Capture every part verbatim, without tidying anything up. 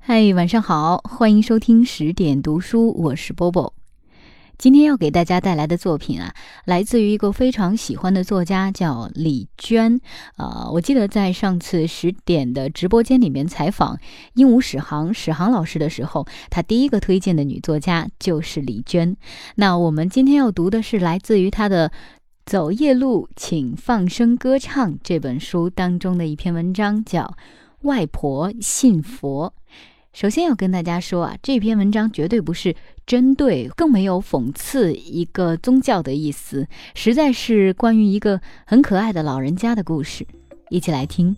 嗨，晚上好，欢迎收听十点读书，我是波波。今天要给大家带来的作品啊，来自于一个非常喜欢的作家，叫李娟。呃，我记得在上次十点的直播间里面采访鹦鹉史航史航老师的时候，他第一个推荐的女作家就是李娟。那我们今天要读的是来自于他的《走夜路，请放声歌唱》这本书当中的一篇文章，叫《外婆信佛》。首先要跟大家说啊，这篇文章绝对不是针对，更没有讽刺一个宗教的意思，实在是关于一个很可爱的老人家的故事。一起来听。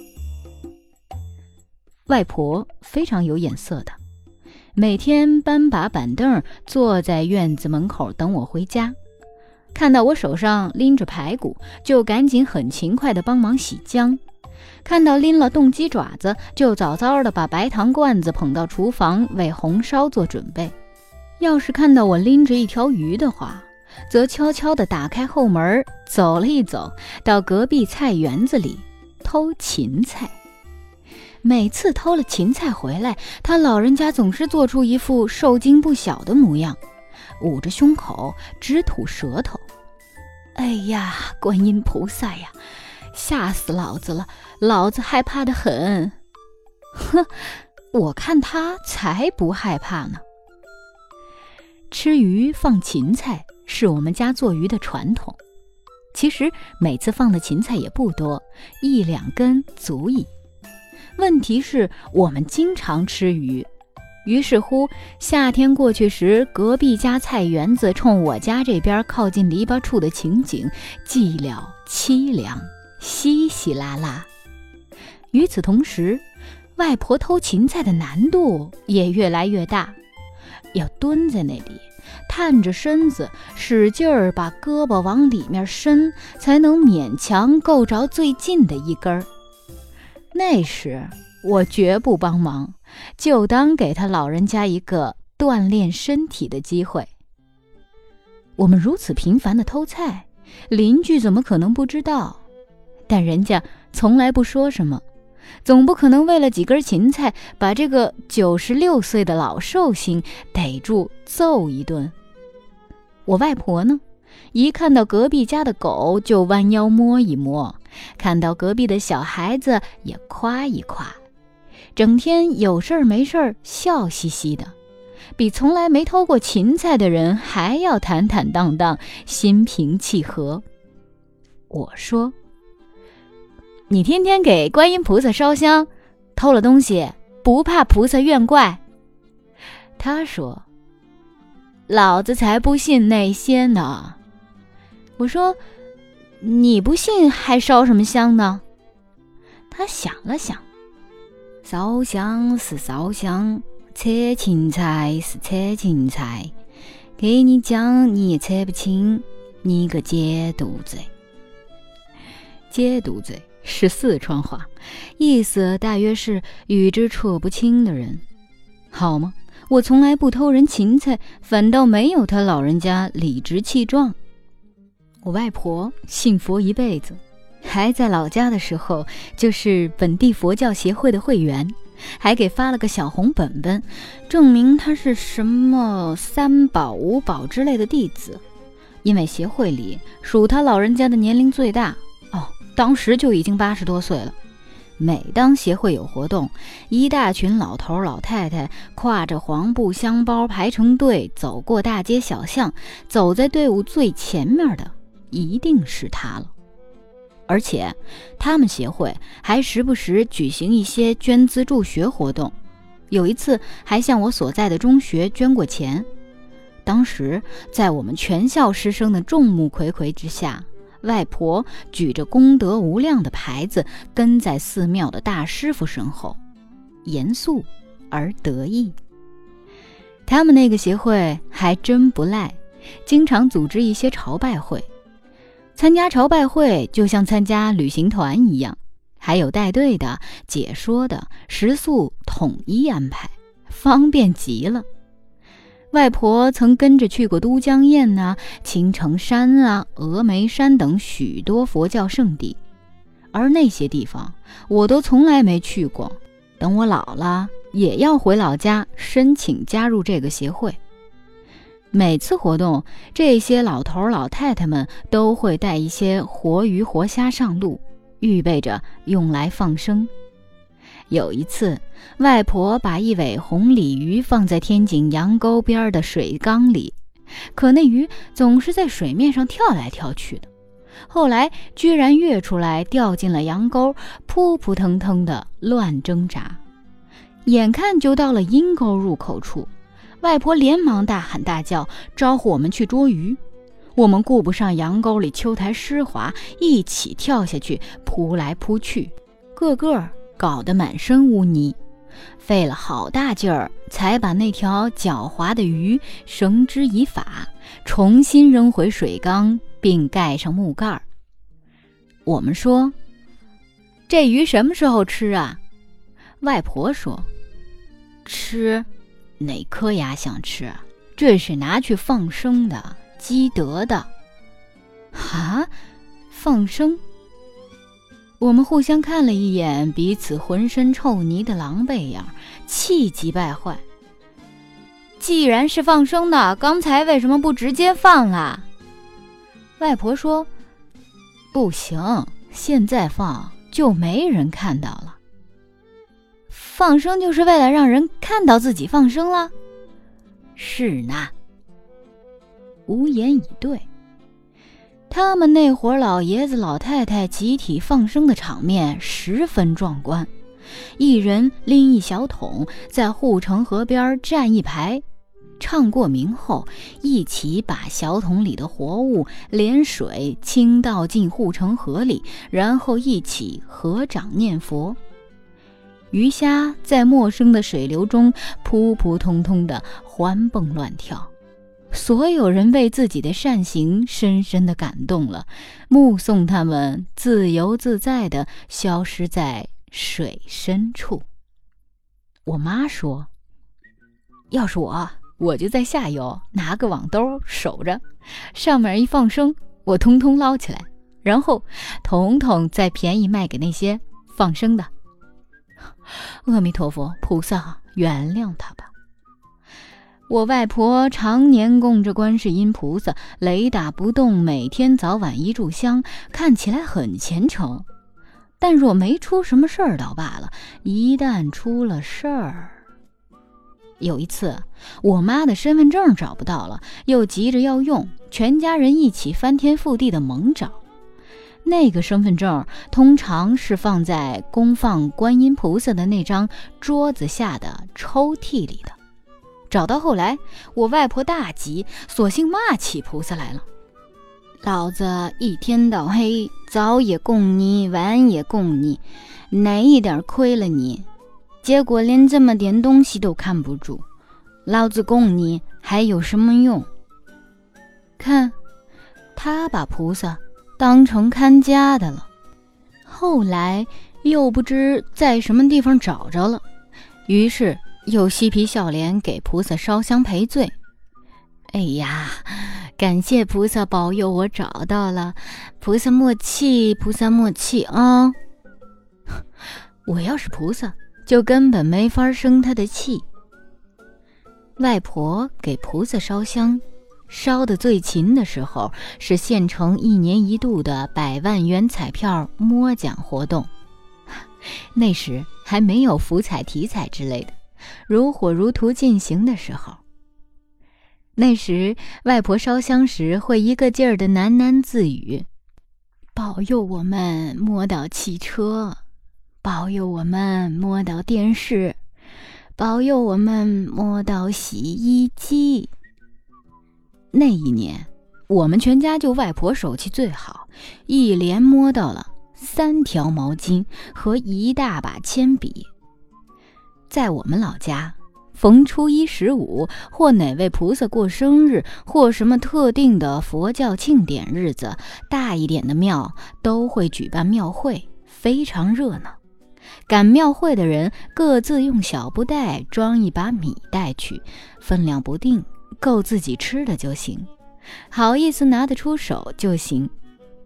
外婆非常有眼色的，每天搬把板凳坐在院子门口等我回家，看到我手上拎着排骨，就赶紧很勤快地帮忙洗浆，看到拎了冻鸡爪子，就早早的把白糖罐子捧到厨房为红烧做准备。要是看到我拎着一条鱼的话，则悄悄地打开后门，走了一走，到隔壁菜园子里偷芹菜。每次偷了芹菜回来，他老人家总是做出一副受惊不小的模样，捂着胸口直吐舌头。哎呀，观音菩萨呀，吓死老子了，老子害怕得很。哼，我看他才不害怕呢。吃鱼放芹菜是我们家做鱼的传统，其实每次放的芹菜也不多，一两根足矣。问题是我们经常吃鱼，于是乎夏天过去时，隔壁家菜园子冲我家这边靠近篱笆处的情景寂寥凄凉，稀稀拉拉。与此同时，外婆偷芹菜的难度也越来越大，要蹲在那里探着身子，使劲儿把胳膊往里面伸，才能勉强够着最近的一根儿。那时我绝不帮忙，就当给他老人家一个锻炼身体的机会。我们如此频繁的偷菜，邻居怎么可能不知道？但人家从来不说什么，总不可能为了几根芹菜把这个九十六岁的老寿星逮住揍一顿。我外婆呢，一看到隔壁家的狗就弯腰摸一摸，看到隔壁的小孩子也夸一夸，整天有事儿没事儿笑嘻嘻的，比从来没偷过芹菜的人还要坦坦荡荡，心平气和。我说，你天天给观音菩萨烧香，偷了东西不怕菩萨怨怪？他说，老子才不信那些呢。我说，你不信还烧什么香呢？他想了想，烧香是烧香，扯芹菜是扯芹菜，给你讲你也扯不清，你个解肚嘴。解肚嘴是四川话，意思大约是与之扯不清的人。好吗？我从来不偷人芹菜，反倒没有他老人家理直气壮。我外婆信佛一辈子，还在老家的时候就是本地佛教协会的会员，还给发了个小红本本，证明她是什么三宝五宝之类的弟子。因为协会里属他老人家的年龄最大，哦，当时就已经八十多岁了。每当协会有活动，一大群老头老太太挎着黄布香包排成队走过大街小巷，走在队伍最前面的一定是他了。而且他们协会还时不时举行一些捐资助学活动，有一次还向我所在的中学捐过钱。当时在我们全校师生的众目睽睽之下，外婆举着功德无量的牌子跟在寺庙的大师傅身后，严肃而得意。他们那个协会还真不赖，经常组织一些朝拜会。参加朝拜会就像参加旅行团一样，还有带队的、解说的，食宿统一安排，方便极了。外婆曾跟着去过都江堰啊、青城山啊、峨眉山等许多佛教圣地，而那些地方我都从来没去过。等我老了， 也要回老家申请加入这个协会。每次活动，这些老头老太太们都会带一些活鱼活虾上路，预备着用来放生。有一次，外婆把一尾红鲤鱼放在天井羊沟边的水缸里，可那鱼总是在水面上跳来跳去的，后来居然跃出来掉进了羊沟，扑扑腾腾的乱挣扎，眼看就到了阴沟入口处。外婆连忙大喊大叫，招呼我们去捉鱼。我们顾不上羊沟里秋苔湿滑，一起跳下去，扑来扑去，个个搞得满身污泥，费了好大劲儿才把那条狡猾的鱼绳之以法，重新扔回水缸，并盖上木盖。我们说：“这鱼什么时候吃啊？”外婆说：“吃？哪颗牙想吃啊？这是拿去放生的，积德的。”啊，放生？我们互相看了一眼彼此浑身臭泥的狼狈样，气急败坏。既然是放生的，刚才为什么不直接放啊？外婆说：“不行，现在放就没人看到了。”放生就是为了让人看到自己放生了？是呢。无言以对。他们那伙老爷子老太太集体放生的场面十分壮观，一人拎一小桶，在护城河边站一排，唱过名后，一起把小桶里的活物连水倾倒进护城河里，然后一起合掌念佛。鱼虾在陌生的水流中扑扑通通地欢蹦乱跳，所有人为自己的善行深深地感动了，目送他们自由自在地消失在水深处。我妈说：“要是我，我就在下游拿个网兜守着，上面一放生，我通通捞起来，然后统统再便宜卖给那些放生的。”阿弥陀佛，菩萨原谅他吧。我外婆常年供着观世音菩萨，雷打不动，每天早晚一炷香，看起来很虔诚。但若没出什么事儿倒罢了，一旦出了事儿……有一次，我妈的身份证找不到了，又急着要用，全家人一起翻天覆地的猛找。那个身份证通常是放在供放观音菩萨的那张桌子下的抽屉里的。找到后来，我外婆大急，索性骂起菩萨来了：“老子一天到黑，早也供你，晚也供你，哪一点亏了你？结果连这么点东西都看不住，老子供你还有什么用？”看，他把菩萨当成看家的了。后来又不知在什么地方找着了，于是又嬉皮笑脸给菩萨烧香赔罪。哎呀，感谢菩萨保佑我找到了，菩萨莫气，菩萨莫气啊！我要是菩萨，就根本没法生他的气。外婆给菩萨烧香，烧得最勤的时候是县城一年一度的百万元彩票摸奖活动，那时还没有福彩体彩之类的，如火如荼进行的时候。那时外婆烧香时会一个劲儿的喃喃自语：“保佑我们摸到汽车，保佑我们摸到电视，保佑我们摸到洗衣机。”那一年，我们全家就外婆手气最好，一连摸到了三条毛巾和一大把铅笔。在我们老家，逢初一十五或哪位菩萨过生日，或什么特定的佛教庆典日子，大一点的庙都会举办庙会，非常热闹。赶庙会的人各自用小布袋装一把米带去，分量不定，够自己吃的就行，好意思拿得出手就行。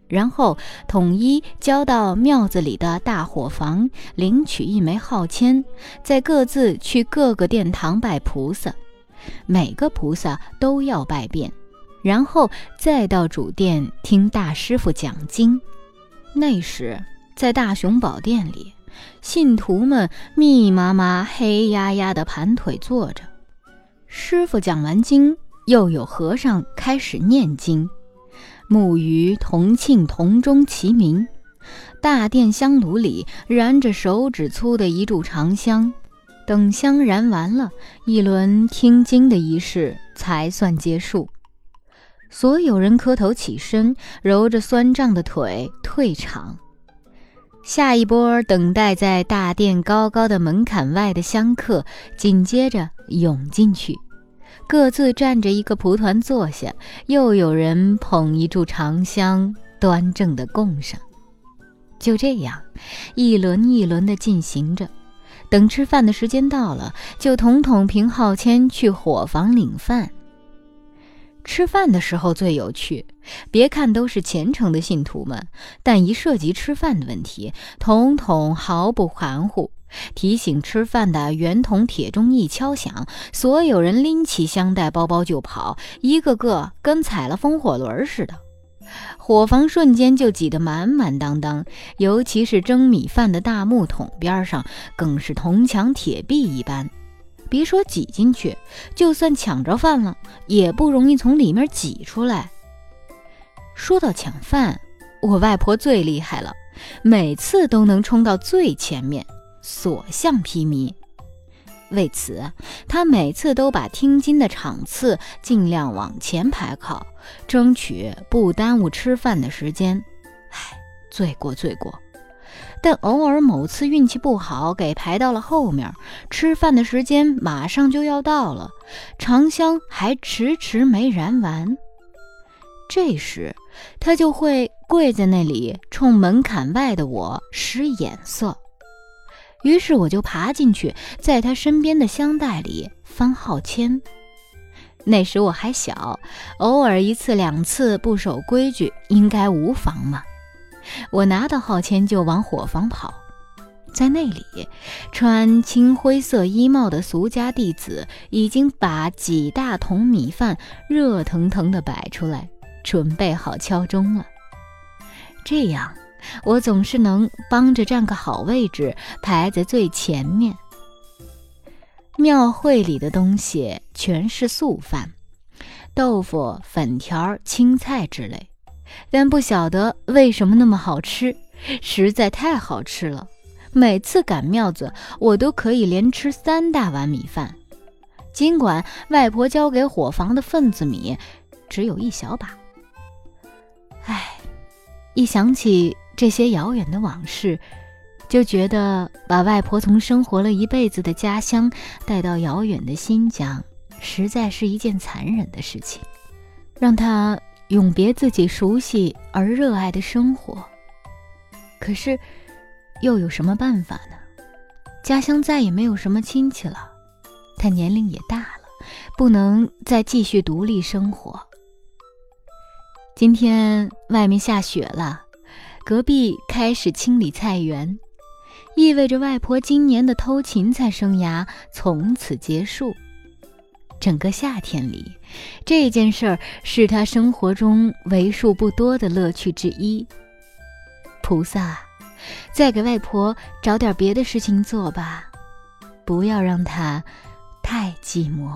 然后统一交到庙子里的大伙房，领取一枚号签，再各自去各个殿堂拜菩萨，每个菩萨都要拜遍，然后再到主殿听大师傅讲经。那时在大雄宝殿里，信徒们密麻麻黑压压的盘腿坐着，师傅讲完经，又有和尚开始念经，木鱼铜磬铜钟齐鸣，大殿香炉里燃着手指粗的一炷长香。等香燃完了，一轮听经的仪式才算结束。所有人磕头起身，揉着酸胀的腿退场。下一波等待在大殿高高的门槛外的香客紧接着涌进去，各自站着一个蒲团坐下，又有人捧一炷长香端正地供上。就这样一轮一轮地进行着，等吃饭的时间到了，就统统凭号签去伙房领饭。吃饭的时候最有趣，别看都是虔诚的信徒们，但一涉及吃饭的问题，统统毫不含糊。提醒吃饭的圆筒铁钟一敲响，所有人拎起香袋包包就跑，一个个跟踩了风火轮似的。伙房瞬间就挤得满满当当，尤其是蒸米饭的大木桶边上，更是铜墙铁壁一般。别说挤进去，就算抢着饭了，也不容易从里面挤出来。说到抢饭，我外婆最厉害了，每次都能冲到最前面，所向披靡。为此，她每次都把听经的场次尽量往前排靠，争取不耽误吃饭的时间。唉，罪过罪过。但偶尔某次运气不好，给排到了后面，吃饭的时间马上就要到了，长香还迟迟没燃完。这时他就会跪在那里冲门槛外的我使眼色，于是我就爬进去，在他身边的香袋里翻号签。那时我还小，偶尔一次两次不守规矩应该无妨嘛。我拿到号签就往伙房跑，在那里，穿青灰色衣帽的俗家弟子已经把几大桶米饭热腾腾地摆出来，准备好敲钟了。这样我总是能帮着占个好位置，排在最前面。庙会里的东西全是素饭，豆腐、粉条、青菜之类，但不晓得为什么那么好吃，实在太好吃了。每次赶庙子，我都可以连吃三大碗米饭，尽管外婆交给伙房的份子米只有一小把。唉，一想起这些遥远的往事，就觉得把外婆从生活了一辈子的家乡带到遥远的新疆，实在是一件残忍的事情，让她永别自己熟悉而热爱的生活。可是又有什么办法呢？家乡再也没有什么亲戚了，她年龄也大了，不能再继续独立生活。今天外面下雪了，隔壁开始清理菜园，意味着外婆今年的偷芹菜生涯从此结束。整个夏天里，这件事儿是她生活中为数不多的乐趣之一。菩萨，再给外婆找点别的事情做吧，不要让她太寂寞。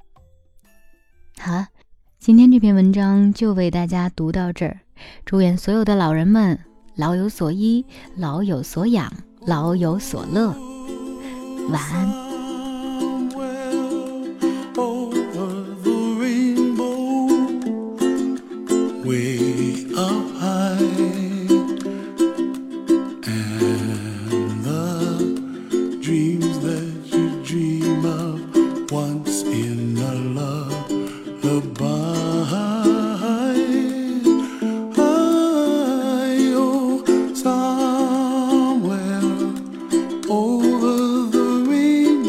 好，今天这篇文章就为大家读到这儿，祝愿所有的老人们老有所依，老有所养，老有所乐。晚安。 Over the rainbow.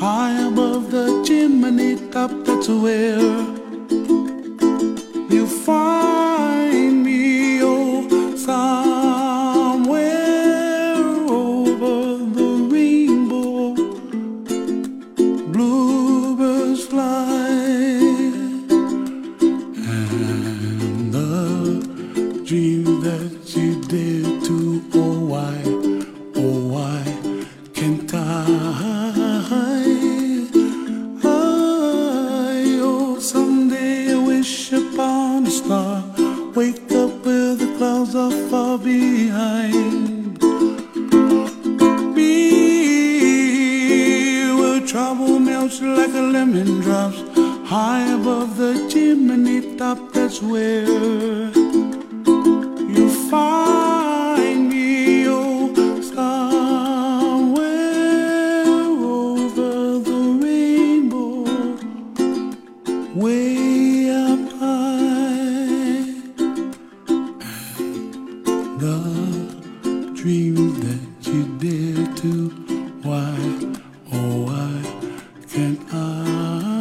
high above the chimney top, that's where you find me, oh, somewhere over the rainbow, bluebirds fly, and the dream that you dare to, oh why, oh why can't I? Upon a star, wake up where the clouds are far behind me, where trouble melts like a lemon drops, high above the chimney top, that's where you find me, oh, somewhere over the rainbow, way the dreams that you dare to, why, oh why can't I?